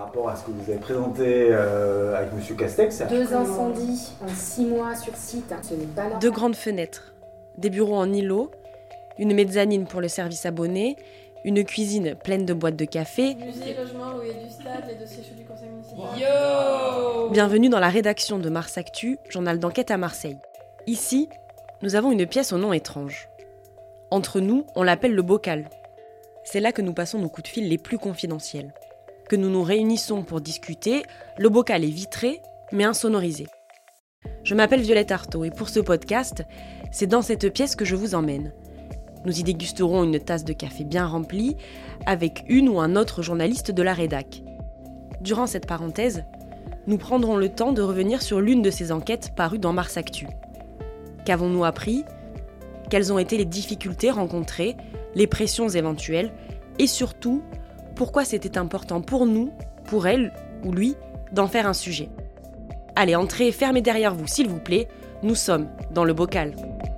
rapport à ce que vous avez présenté avec M. Castex. 2 incendies en 6 mois sur site, ce n'est pas normal. 2 grandes fenêtres, des bureaux en îlot, une mezzanine pour le service abonné, une cuisine pleine de boîtes de café. Musée, logement, loyer du stade, les dossiers chauds du conseil municipal. Yo ! Bienvenue dans la rédaction de Mars Actu, journal d'enquête à Marseille. Ici, nous avons une pièce au nom étrange. Entre nous, on l'appelle le bocal. C'est là que nous passons nos coups de fil les plus confidentiels. Que nous nous réunissons pour discuter, le bocal est vitré, mais insonorisé. Je m'appelle Violette Artaud et pour ce podcast, c'est dans cette pièce que je vous emmène. Nous y dégusterons une tasse de café bien remplie avec une ou un autre journaliste de la rédac. Durant cette parenthèse, nous prendrons le temps de revenir sur l'une de ces enquêtes parues dans Mars Actu. Qu'avons-nous appris ? Quelles ont été les difficultés rencontrées, les pressions éventuelles et surtout, pourquoi c'était important pour nous, pour elle ou lui, d'en faire un sujet. Allez, entrez, fermez derrière vous s'il vous plaît, nous sommes dans le bocal.